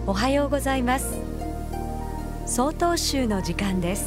おはようございます。総統集の時間です。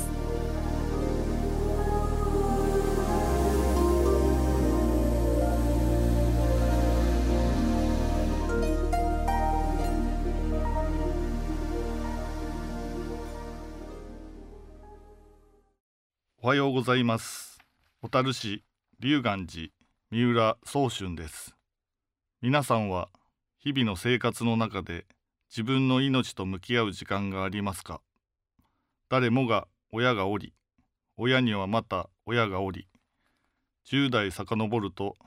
おはようございます。小樽市龍岩寺三浦宗春です。皆さんは日々の生活の中で自分の命と向き合う時間がありますか？誰もが親がおり、親にはまた親がおり、10代遡ると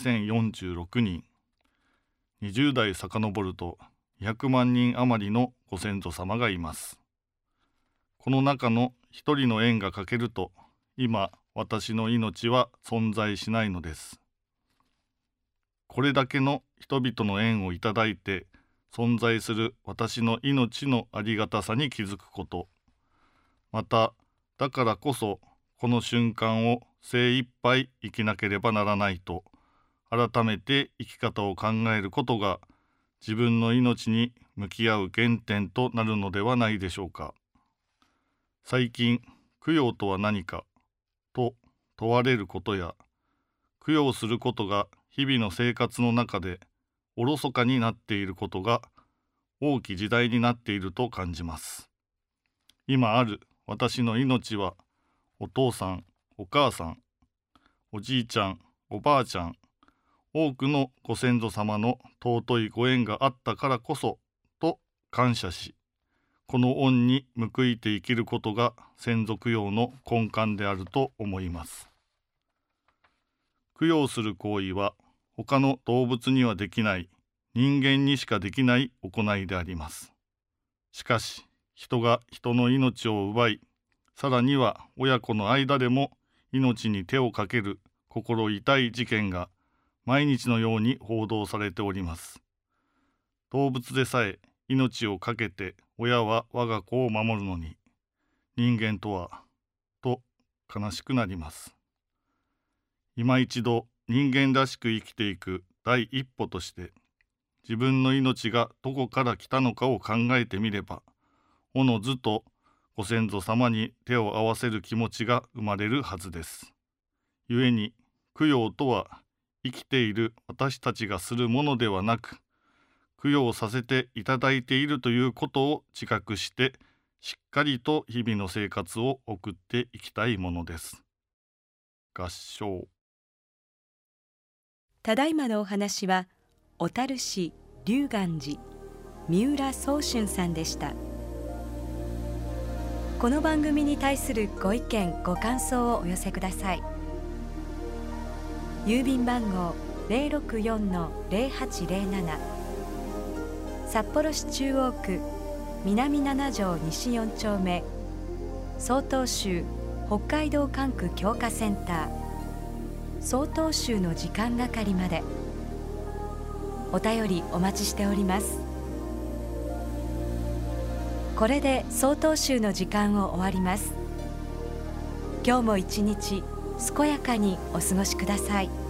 2046人、20代遡ると200万人余りのご先祖様がいます。この中の一人の縁が欠けると、今私の命は存在しないのです。これだけの人々の縁をいただいて存在する私の命のありがたさに気づくこと、まただからこそこの瞬間を精一杯生きなければならないと改めて生き方を考えることが自分の命に向き合う原点となるのではないでしょうか。最近供養とは何かと問われることや、供養することが日々の生活の中でおろそかになっていることが大きい時代になっていると感じます。今ある私の命はお父さん、お母さん、おじいちゃん、おばあちゃん、多くのご先祖様の尊いご縁があったからこそと感謝し、この恩に報いて生きることが先祖供養の根幹であると思います。供養する行為は他の動物にはできない、人間にしかできない行いであります。しかし、人が人の命を奪い、さらには親子の間でも命に手をかける心痛い事件が毎日のように報道されております。動物でさえ命をかけて親は我が子を守るのに、人間とは、と悲しくなります。今一度人間らしく生きていく第一歩として、自分の命がどこから来たのかを考えてみれば、おのずとご先祖様に手を合わせる気持ちが生まれるはずです。故に供養とは生きている私たちがするものではなく、供養させていただいているということを自覚して、しっかりと日々の生活を送っていきたいものです。合唱。 ただいまのお話は小樽市龍岩寺三浦宗春さんでした。この番組に対するご意見ご感想をお寄せください。郵便番号 064-0807 札幌市中央区南7条西4丁目、曹洞宗北海道管区強化センター曹洞宗の時間係まで。お便りお待ちしております。これで曹洞宗の時間を終わります。今日も一日健やかにお過ごしください。